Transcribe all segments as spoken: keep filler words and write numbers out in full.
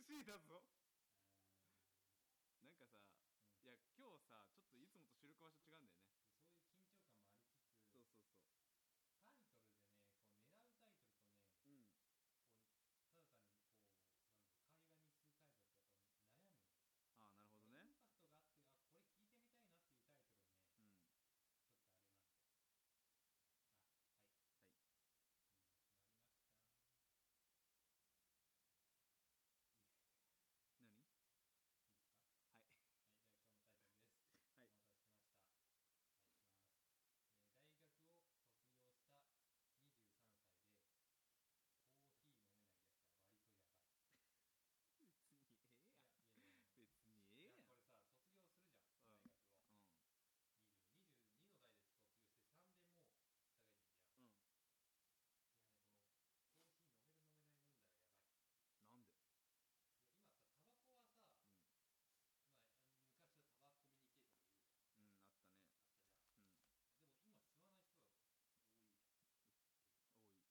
シーだぞ。 あなんかさ、 ー、うん、 いや今日さちょっといつもと収録場所違うんだよね。 そういう緊張感もありつつ、 そうそうそう。 タイトルでね、こう狙うタイトルとね、 うん。 こうただ単にこうなんだろう会話にするタイトルってやっぱ悩むのよ。 ああなるほどね。 これインパクトがあって、あこれ聞いてみたいなっていうタイトルをね、 うん。 ちょっとあれなんで、あ、はい、 はい。 準備が決まりました。いい何？ いいですか？ はい。 はい、じゃあ今日のタイトルです。 はい。 お待たせしました。はい、いきます。えー大学を卒業したにじゅうさんさいでコーヒー飲めないやつは割とやばい。 別にええやん。 いやいやいやいや、 別にええやん。 いやこれさ、卒業するじゃん、 うん大学を。 うんにじゅう、にじゅうにの代で卒業してさんねんも社会人じゃん。 うん。 いやね、このコーヒー飲める飲めない問題はやばい。 なんで？ いや今さ、タバコはさ、 うん。 まあ、昔はタバコミュニケーションで言うじゃん。 うんあったね。 あったじゃん。 うん。 でも今吸わない人が多いじゃん、結構。 多い。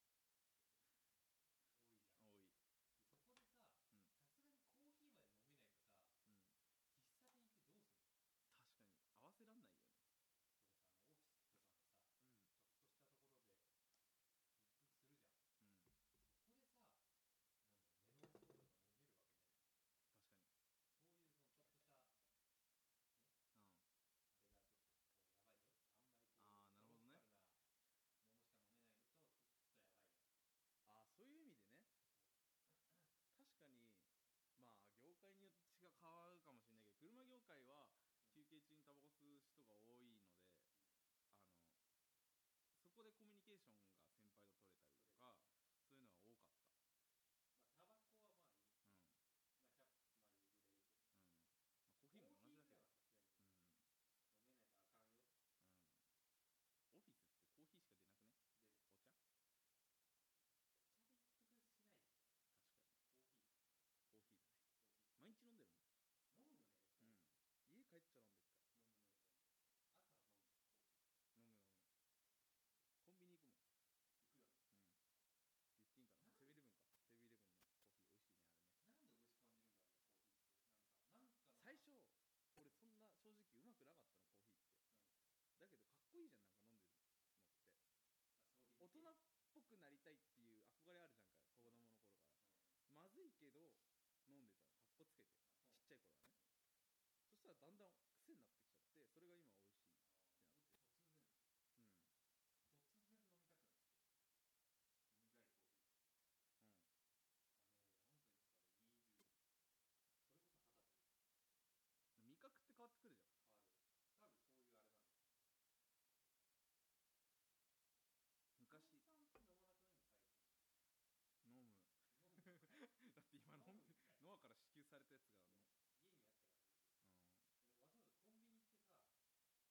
多いじゃん。 多い。 でそこでさ、 うんさすがにコーヒーまで飲めないとさ、 うん。 喫茶店行ってどうすんの？ 確かに合わせらんないよね。 とかさ、あのオフィスとかのさ、 うんちょっとしたところで一服するじゃん。 うん。 そこでさ、なんだろう、メロンソーダが飲めるわけないじゃん。 確かに。 そういうそのちょっとしたね、 うん。 あれがちょっとこうやばいよ。あんまりこああうトロピなるほどね。 カルなものしか飲めないのとちょっとやばいやつ。 ああそういう意味でね。 そう。 確かにまあ業界によって違う変わるかもしれないけど、車業界はうん。 休憩中にタバコ吸う人が多いので、 うん。 あのそこでコミュニケーションが先輩と取れたり取れる。 とか、 うん。 そういうのが多かった。 まあタバコはまあいい。 うん。 まあひゃくまあ譲れるけどね。 うん。まあ、コーヒーもコー同じだけど。 ヒーぐらいはさすがにうん。 飲めないとあかんよ。 うん。オフィスってコーヒーしか出なくね？ 出る。 お茶？ お茶で一服しないでしょ。 確かに。 コーヒーでしょ。 コーヒーだね。 コーヒー。 毎日飲んでるもん。 飲むよね、コーヒうん。家帰っちゃ飲んでっかー。飲む飲む飲む。朝飲むコーヒら。飲む飲む。コンビニ行くもん。 ー。行くよね。 うん。言っていいんかな、 なんセブンイレブンか。セブンイレブンのコーヒー美味しいねあれね。 なんで美味しく感じるんだろうね、コーヒーって。なんか、なんかの最初俺そんな正直うまくなかったのコーヒーって。 うん。 だけどかっこいいじゃん、なんか飲んでるのって。 あ、そういう意大人っ味で。 ぽくなりたいっていう憧れあるじゃんか、子うん。 供の頃から。 うん。 まずいけど飲んでたの、かっこつけて。 あ、そうちっなの。 ちゃい頃はね。 うん。 そしたらだんだん癖になってきちゃって、それが今美味しいっああ、もうてなって。 突然、 うん突然飲みたくなって。苦いコーヒうん。 ー。がね、何歳ですかね、にじゅう、それこそはたちですよ。 味覚って変わってくるじゃん。 変わる。多分そういうあれなんだよ。炭昔酸って飲まなくないの、最近。 飲む。 飲むのかい。 だって今飲んで飲むんかい。 ノアから支給されたやつがの。 いや、家にあったからですよ。 うんでもわざわざコンビニ行ってさ、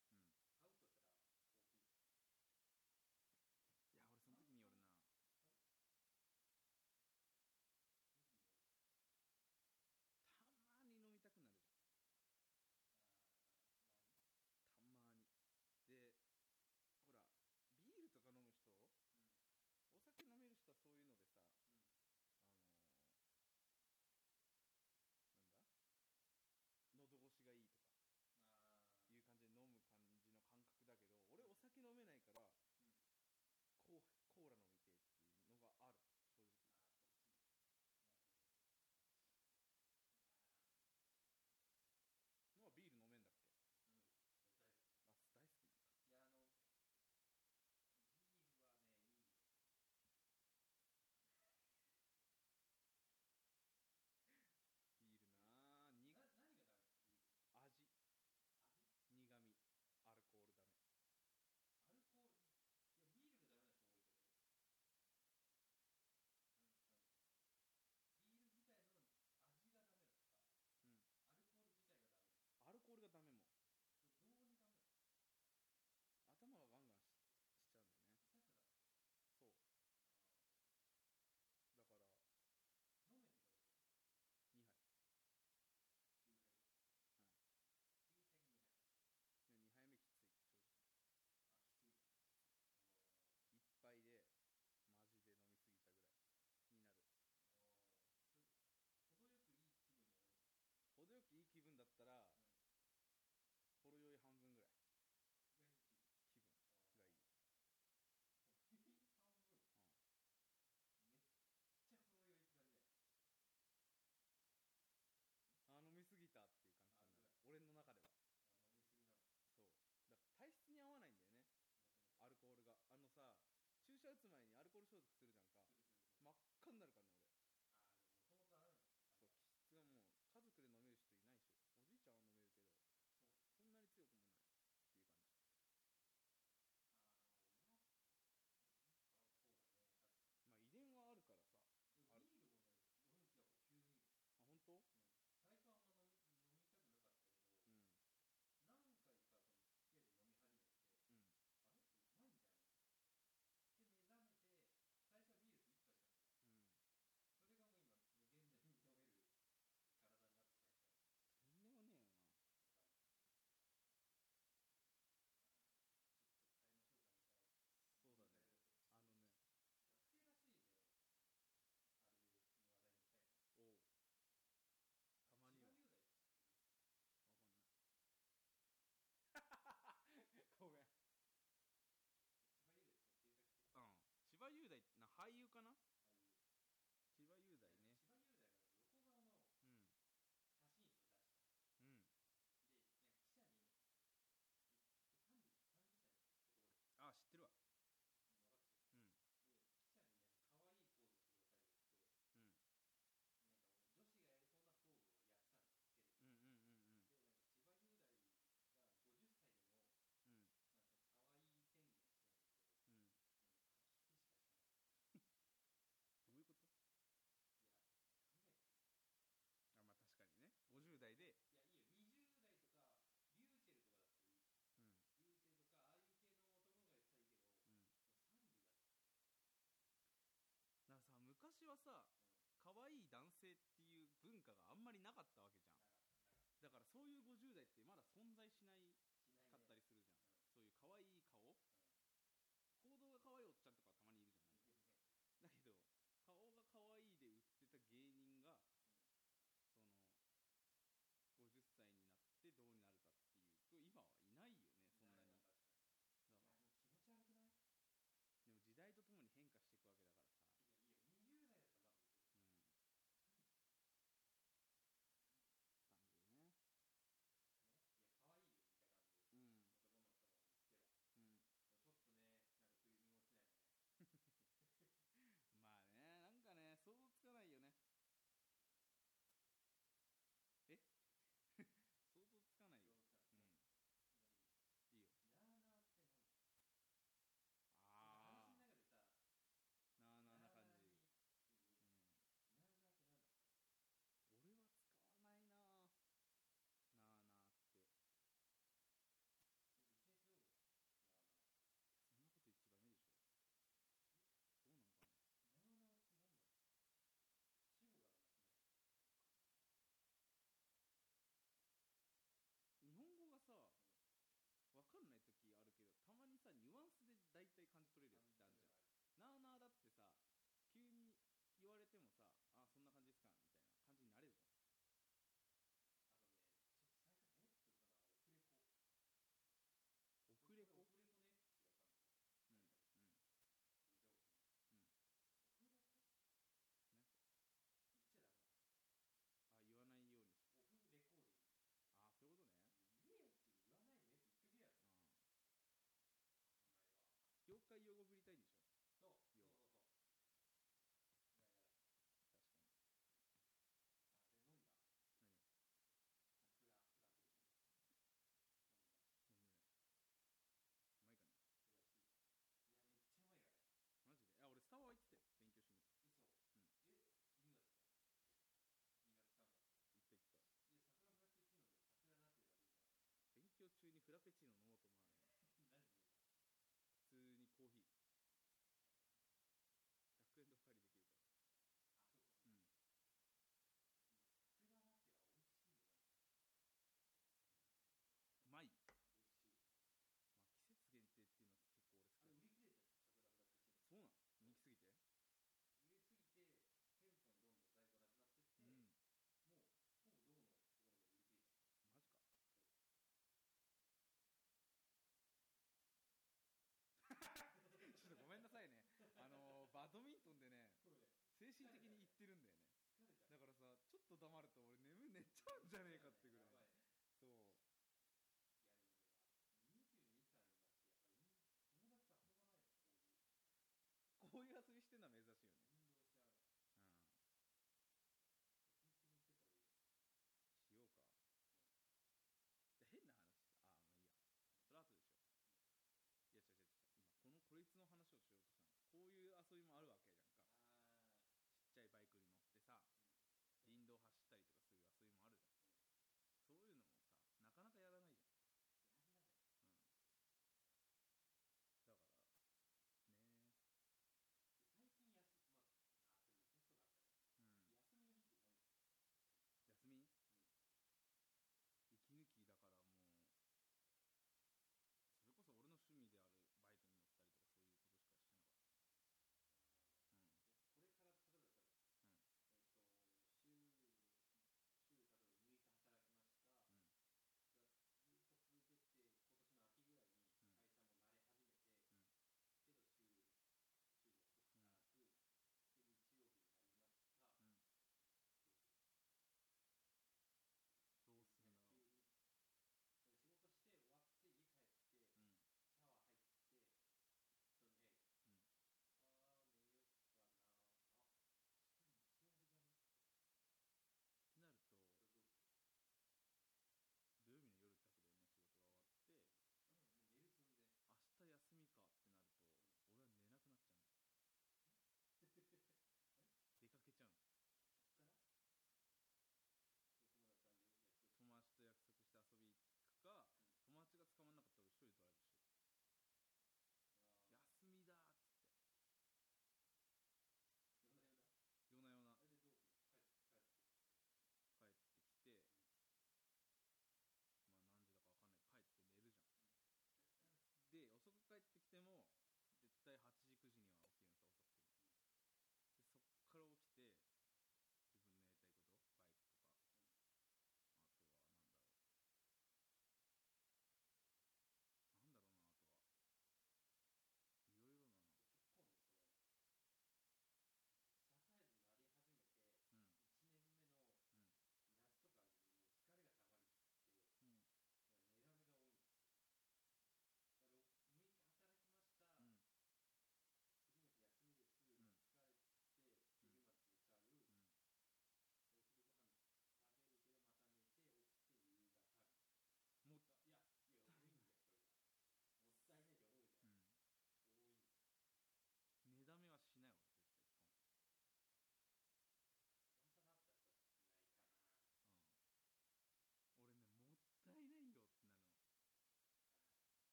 射打つ前にアルコール消毒するじゃんか。 するするする。 真っ赤になるからねああ、でももともとあるのか俺。そう、 あれは。 気質がもう家族で飲める人いないでしょ。おじいちゃんは飲めるけどそう。 そんなに強くもないっていう感じ。 ああ、おやつなんかそうだね、確かに。 まあ遺伝はあるからさ。 でもある。 ビールもね、俺もやっぱ急に、 あ、本当？ うん、最初はあんま飲み飲みたくなかったけど、 うん。 何回かその付き合いで飲み始めて、 うん。 あれうまいんじゃないって目覚めて、最初はビールって一杯しか飲んでなかった。 うん。 それがもう今無限大に飲める体になってきましたよ。 とんでもねえよな。 わかる。あーちょっと変えましょうかね、じゃあそうだね。 飲み方ちょっとあのね。 学生らしいね、あれに話題にしたいな。 おう。 あのたまには。 千葉雄大って知ってる？ わかんない。ごめん。 千葉雄大ちょっと検索して。 うん。千葉雄大な俳優かな。 俳優。 千葉雄いやでも大ね。 千葉雄大がね、横顔のうん。 写真集を出したの。 うん。 で、なんか記者に、これさんじゅう、さんじゅっさいの男です。 あ、知ってるわ。 うん、分かってる。 うん。 で、記者になんか可愛いポーズをしてくださいって言って、 うん。 なんかもう女子がやりそうなポーズをやったんですよ、テレビで。 うんうんで、なんか千葉雄大がごじゅっさいでも、 うんうん。 なんかその可愛い宣言をしてたんだけど、もうん。うん。 うね、吐き気しかしなかった。 どういうこと？ いや、考えて。 あ、まあ確かにね。ごじゅう代で。 いや、いいよ、にじゅう代とか、リューチェルとかだったらいい。 うん。 リューチェルとか、ああいう系の男の子がやってたらいいけど、もうん。 うさんじゅうだから。 だからさ、昔はさ、 うん。 可愛い男性っていう文化があんまりなかったわけじゃん。 なかった、なかった。 だからそういうごじゅう代ってまだ存在しないしないね。 かったりするじゃん。 うん。 そういう可愛い顔、 うん。 行動が可愛いおっちゃんとかたまにいるじゃん。なんかいるね。 だけど顔が可愛いで売ってた芸人が、 うん。 そのごじゅっさいになってどうになるかっていうと今はいないよね、そんなに。 いないな、確かに。いや、 だからでも気持ち悪くない？ でも時代とともに変化していくわけだからさ。 いや、いいよ、にじゅう代だったらまだいいけど、 うん。 さんじゅう、さんじゅう、 さんじゅうね。 ね、いや、可愛いよ、見た感じ。 うん。 男の人に聞けば。 うん。 でもちょっとね、なんか腑に落ちないね。 まあね、なんかね、想像つかないよね。え想像つかないよ。 想像つかない。 うん。 じゃあ、じゃあいい？ いいよ。 なーなーってなんだ？なんか話のあ中でさ、 ー、なあなあなな感じ。 ーなーに、 うん。 なーなーってなんだった？ 俺は使わないな。なあなあって。 え、ビジネス用語じゃん。なーなーって。 いや、そんなこと言っちゃダメでしょ。 え、 どうなんかな。 なーなーってなんだろう？死語だろ、間違いなく。 日本語がさ、 うん。 わかんない時あるけど、たまにさ、ニュアンスで大体感じ取れるやつってあるじゃん。 感じ取れるのある。 なあなあだってさ、急に言われてもさ、あ、そんな感じですかみたいな感じになれるじゃん。 あとね、ちょっと最初、えって言ったのはオフレコ。 オフレコ。 これオフレコねって言われたんですよ。 うん会社で。 うんその上司に。 うん。 オフレコ何それ。 言っちゃダメなの。 あ、言わないようにし。 オフレコでいい。 あ、そういうことね。 言えよって言わないでって言ってくれやと。わあ、 かんないわ。 業界用語振りたいんでしょ。 そうそう要はそうそう。だから、 確かに。 あ、で、飲んだ。 何を。 あフラ、フラペチーノ。飲んでない。 飲んでない。うまいかね。 悔しい。いや、めっちゃうまいからね。 マジで。あ、俺スタバは行ってたよ、勉強しに。 嘘。 うん。 え、にがつじゃん。にがつさんがつ。 行った行った。 いや、桜フラペチーノで桜ラテがでいいんじゃない？ 勉強中にフラペチーノ飲もうと思わないよ。 何飲んだ？ 普通にコーヒー。 えひゃくえんでおかわりできるから。 ー、あ、そうかそうか。 うん。 いや、桜ラテは美味しいよ、マジで。 うまい。 美味しい。 まあ季節限定っていうのは結構俺好きあれ、 だ。 売り切れたじゃん、桜フラペチーノ。 そうなの。 そう人気すぎて。 売れすぎて、店舗にどんどん在庫なくなってって、 うん。 もう、ほぼどこのところでも売り切れちゃった。 マジか。 そう。 ちょっとごめんなさいね。あのーバドミントンでね、 そうね。 精神的にいってるんだよね。 疲れちゃう。 だからさ、ちょっと黙ると俺眠寝ちゃうんじゃねえかってぐらい。 やばいね。 そいや、でもね、にじゅうにさいになって、やっぱり友達と遊ばないの、こういう。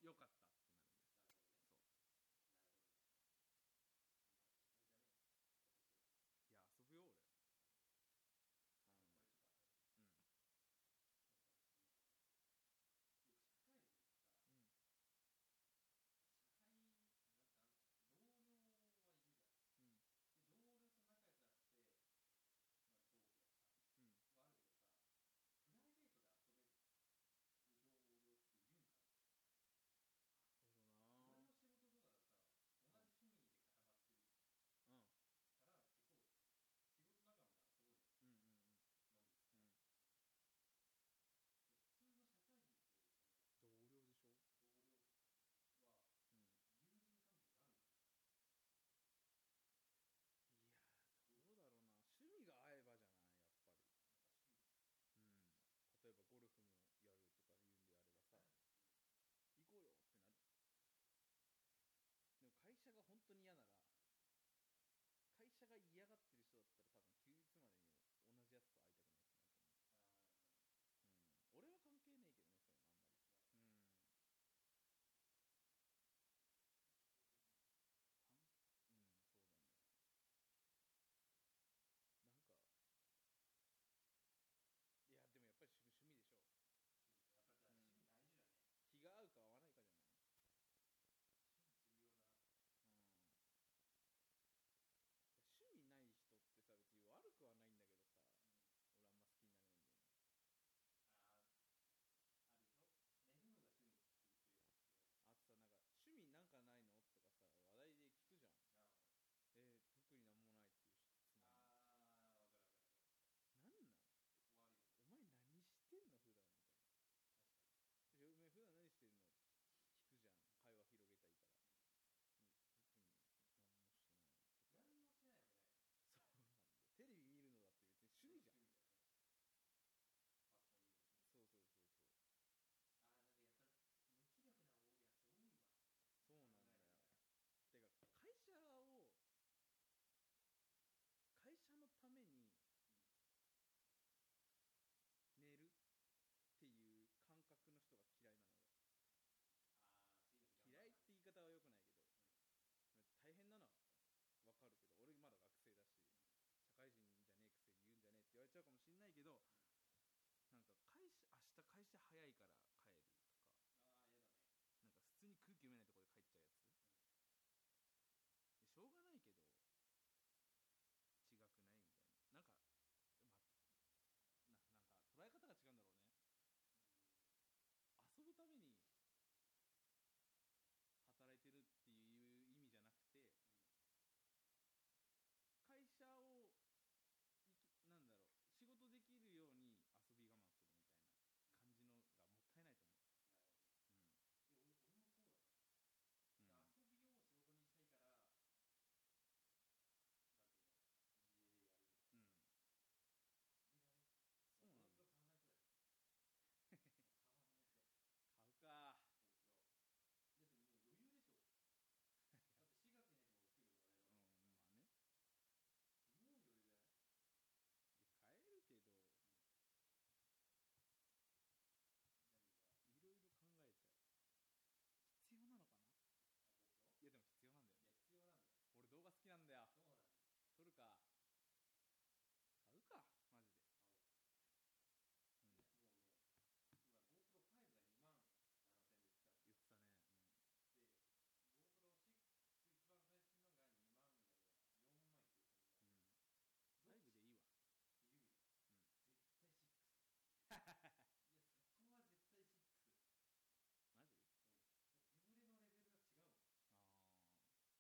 よかったってなるんです。 なるほどね。 そう。 なるほどね。まあ期待だね、今年は。 いや遊ぶよ俺。 あとこれちょっとあれだね。 うん。 やっぱそのよく社会人ってさ、 うん。 社会なんかあのさ同僚はいるじゃん。 うん。 で同僚と仲良くなって、まあ、同期だとさ、 うん。 はあるけどさ、プライベートで遊べる同僚っているんかな。 なるほど俺な。 の仕事とかだとさ、同じ趣味で固まってるうん。 から結構仕事仲間で遊ぶじゃん、 うんうん飲み行ったり。 うん。 で普通の社会人ってその同僚でしょ。 同僚はうん。 友人関係になるんかな。 いやーどうだろうな。趣味が合えばじゃないやっぱり。 やっぱ趣味か。 うん。例えばゴルフもやるとか言うんであればさ、行こうよってなる。でも会社が本当に嫌なら、会社が嫌がってる人だったら多分休日までに同じやつと会いたくないってなると思あう。うん。俺は関係ねえけどね、そういうのあんまり。 あ、なるほど。 うん。 なるほどね。 かんうん、そうだね。なんか、いや、でもやっぱり趣味趣味でしょ。 趣味か。やっぱじゃあうん。 趣味大事だね。 気が合うか合わないかじゃない。 趣味重要だなと思う。 うん。趣味ない人ってさ、別に悪くはないんだけどさ、 うん。 俺あんま好きになれないんだよね。 ああ、あるでしょ、寝るのが趣味って言ってるやつってね。 あとさ、なんか、趣味なんかないのとかさ、話題で聞くじゃん。 あえー、特になんもないっていう人つまんない。 あ、ああ、わかるわかるわかるわかる。 なんなんって。 終わるよね。 お前何してんの普段みたい確かに。 な。でお前普段何してんのって聞くじゃん。会話広げたいから。 うん。 うん、特に何もしてないとか。 何もしないわけないよね。 そうなんだよ。テレビ見るのだって別に趣味じゃん。 趣味だよね。パソコンいじるの趣味だよ。 そうそうそうそう。 ああ、なんかやっぱ無気力なやつ多いわ。 そう考なんだよ。 えてみたら。 てか、会社を、会社のためにうん。 寝るっていう感覚の人が嫌いなの俺。 ああ、次の日頑張嫌いってらなみたい言い方は良くないけど、 な。 大変なのは分かるけど、俺まだ学生だし、 うん。 社会人じゃねえくせに言うんじゃねえって言われちゃうかもしんないけど、 うん。うん。 なんか会社明日会社早いから帰るとか、 ああ、やだね。 なんか普通に空気読めないところで帰っちゃうやつ、 うん。 でしょうがないけど違くないみたいな、なんか、まあ、ななんか捉え方が違うんだろうね。 うん。 遊ぶために働いてるっていう意味じゃなくて、 うん。 会社をいきなんだろう仕事できるように遊び我慢するみたいな感じのがもったいないと思なるほどね。 う。うん。 いや、俺俺もそうだな。 うん。 だから遊びを仕事にしたいから、なんていうの、家でやるみたいな。 うん。 それがね、 そうなんだよ。 ゴープロ買わないとだよね。もう買わないと。 買うか。 ゴープロ。だってもう余裕でしょ。だってしがつに入ってもお給料もらえるわうけだからさ。 ん、まあね。 もう余裕じゃない。 いや買えるけどうん。何がいろいろ考えちゃう。必要なのかな。 あ、ゴープロ。 いやでも必要なんだよいや、 ね。 必要なんだよ。 俺動画好きなんだよ。 そうなんだよ。 撮るか。買うかマジで。 買おう。 うん。 いや、もうね、今 ゴープロファイブ がにまんななせんで売ってたのよ。 言ってたね。 で、GoPro シックス一番最新のがにまんだからよんまんきゅうせんになる。 うん。うん。 どっちファイブでいいわ。 って言うよ。 うん。 絶対シックス。いや、そこは絶対シックス。 マジ。 うん。もう手ぶれのレベルが違うもん。 あ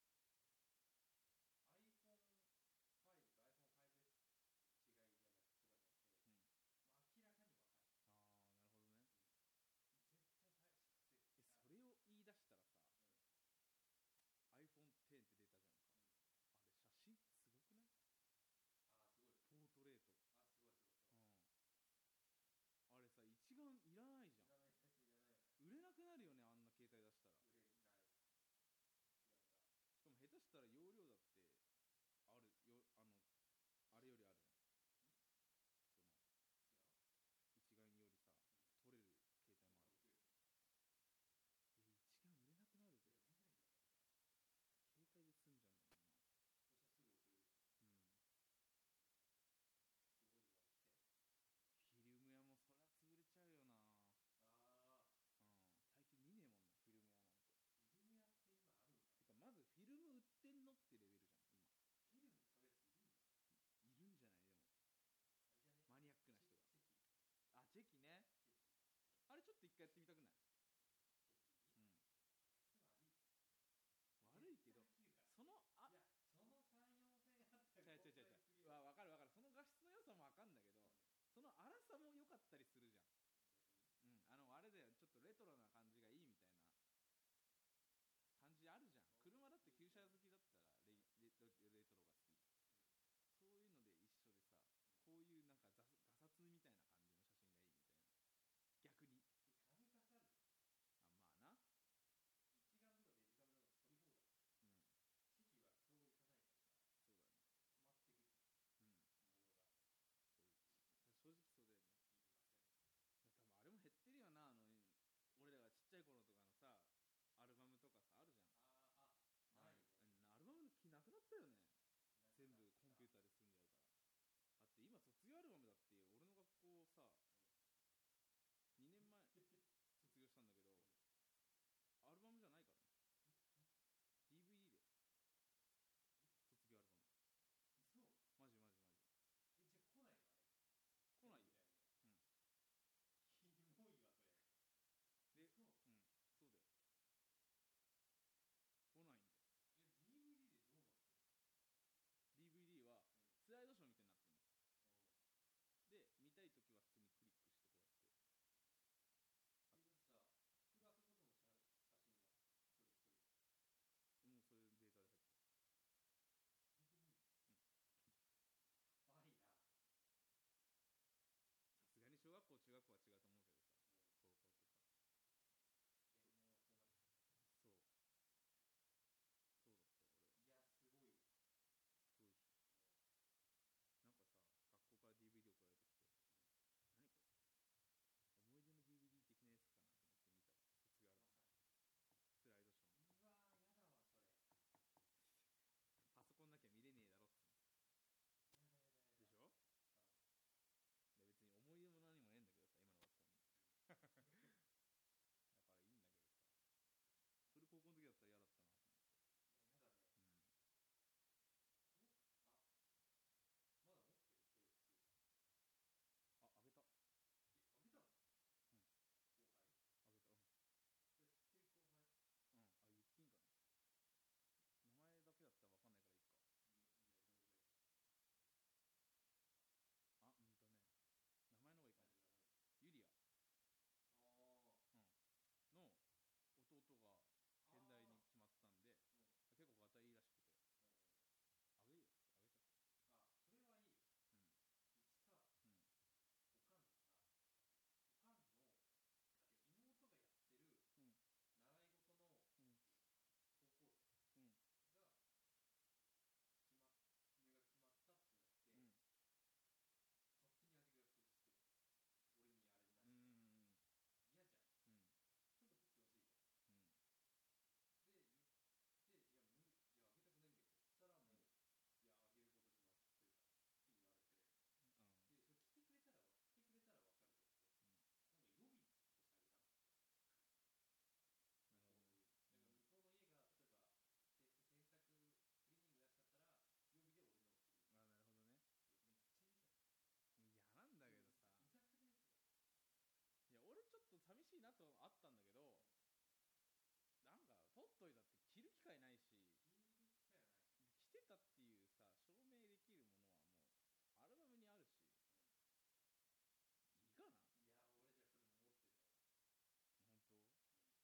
アイフォンファイブ と アイフォンファイブエス 違いじゃなくとかじゃなくて、 ー。うん。 もう明らかに分かる。 ああ、なるほどね。 うん。絶対ファイブえ、 シックス。 それを言い出したらさ、 うん。 アイフォンテン って出たじゃんか。 うん。 あれ写真すごくない？ ああ、すごいすごい。 ポートレート。 あ、すごいすごいすごい。 うん。あれさ、一眼いらないじゃん。 いらないいらないよね。 売れなくなるよね、あんな携帯出したら。 売れない。違うな。 しかも下手したら容量だってあるよ、あのあれよりあるじゃん。 んその違う。 一眼よりさ、 うん。 撮れる携帯もある。 増えてる。 え、一あれちょっと一回やってみたくない？ 駅うん癖悪い悪いけど絶対飽きるからそのあいやそのさん、よんせんあったら違う違う違う違うわ分かる分かるその画質の良さも分かんだけど、 うんその粗さも良かったりするじゃん。 逆にうんあのあれだよちょっとレトロな感じがいいみたいな感じあるじゃん。車だって旧車好きだったらレレレトロが好きじゃん。そういうので一緒でさ、こういうなんかザガサツみたいな感じの写真がいいみたいな。逆にで金かかるよあまあな。 一眼とかデジカメとか撮り放題うん席はそういかないからさそうだね。 溜まってくじゃんうんものがそう正直そうだよね。 いりませんだ多分あれも減ってるよな。あの俺らがちっちゃい頃とかのさアルバムとかさあるじゃん。 あーあないねあアルバムの気なくなったよね。 なくなった全部コンピューターで済んでやるから。だって今卒業アルバムだって俺の学校さにねんまえ卒業したんだけど、アルバムじゃないからね。 ディーブイディー だよ卒業アルバム。 嘘マジマジマジえじゃあ来ないのあれ来ないよ。 みたいにはうんキモいわそれで嘘うんそうだよ来ないんだよ。 え ディーブイディー でどうなってんのディーブイディー はうんスライドショーみたいになってんの。 うんで見たいときは普通にクリックしてこうやってえだってさプラスごとの写写真は一人一人もうそういうデータで入ってる。 それで無理うんやばいなさすがに小学校中学校は違うと思うけどさ、 うん高校とか専門はそうなっちゃうんだそうそうだったよ俺は。 いやすごいわすごいでしょ。 うんなんかさ学校から ディーブイディー 送られてきて、何これ思い出の ディーブイディー 的なやつかなと思って見たら卒業アルバムまさにスライドショーのうわーやだわそれパソコンなきゃ見れねえだろっつうやだやだやだのでしょ。 あで別に思い出も何もねえんだけどさ今の学校にだからいいんだけどさ、それ高校の時だったら嫌だったなと思って。 いややだねうんこあまだ持ってるそれっていうかああげた。 えあげたのうん後輩あげたうんそれ知ってる後輩うんあ言っていいんかな。名前だけだったら分かんないからいいか。 いいよいやどうでもいいあうんとね名前の方がいいかも。 誰名前ユリア、 あうん、の弟があ仙台に決まったんでうんうん結構ガタいいらしくてうんあげるよっつってあげちゃった。 あそれはいいようんうちさうんおかんがさおかんのあてか妹がやってるうん習い事のうん高校生うんが決まっ入学決まったってなって、 うん勝手にあげる約束してた俺にあれなうしでん嫌じゃんうんちょっと取ってほしいじゃんうんで言っていや無理いやあげたくないんだけどっつったらもう、いやあげること決まってるからって言われてうんでそれ来てくれたら来てくれたら分かるとしてなんか予備としてあげたんだってなるほどね。 向こうの家にだから向こうの家が例えばせ制作クリーニング出しちゃったら予備で俺のをクリーニングあなるほどね。 めっちゃ嫌じゃん嫌なんだけどさうざくねそれいや俺ちょっと寂しいなとあったんだけど、なんか取っといたって着る機会ないし着る機会はないね着てたっていうさ証明できるものはもうアルバムにあるしいいかな。 いや俺じゃそれ持ってたわ本当うん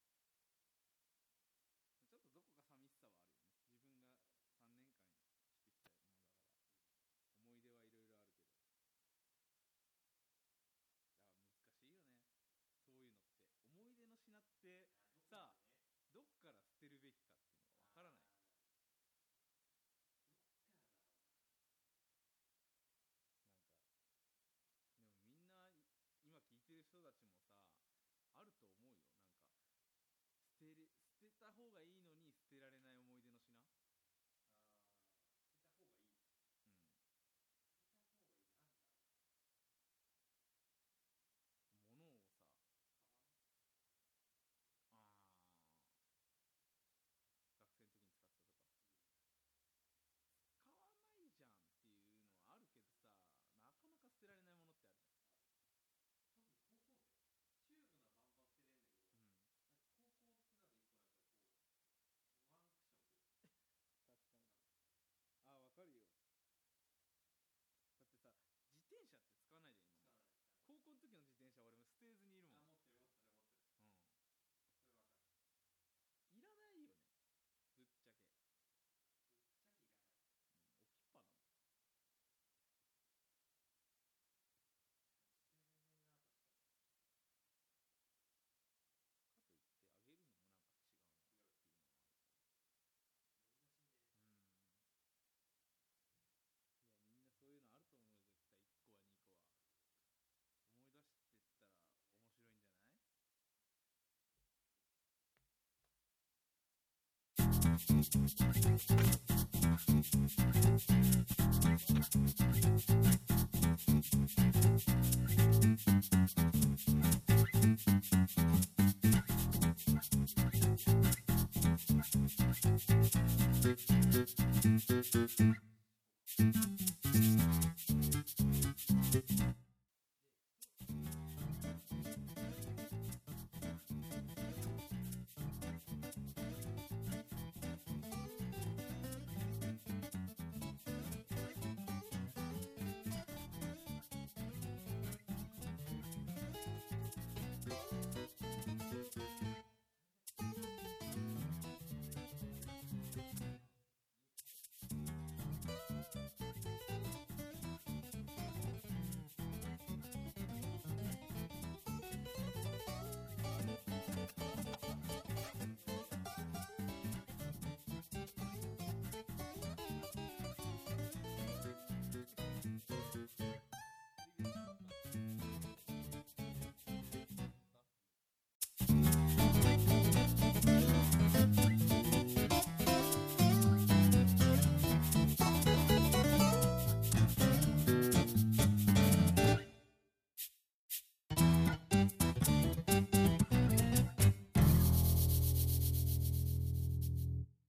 ちょっとどこか寂しさはあるよね。自分があるさんねんかん着てきたものだからうん思い出はいろいろあるけどだから難しいよねそういうのって。思い出の品ってあどこさまでねどっから捨てるべきかっていうのがわからない。 あーどっからだろなんかでもみんな今聞いてる人たちもさあると思うよ。なんか捨てれ捨てた方がいいのに捨てられない思い出の品。 うなあー捨てた方がいいうん捨てた方がいいなんだろ物をさうカバンあー学生の時に使ってたとかうん使わないじゃんっていうのはあるけどさなかなか捨てられないものってあるじゃん。 ある特に高校生チューブなバ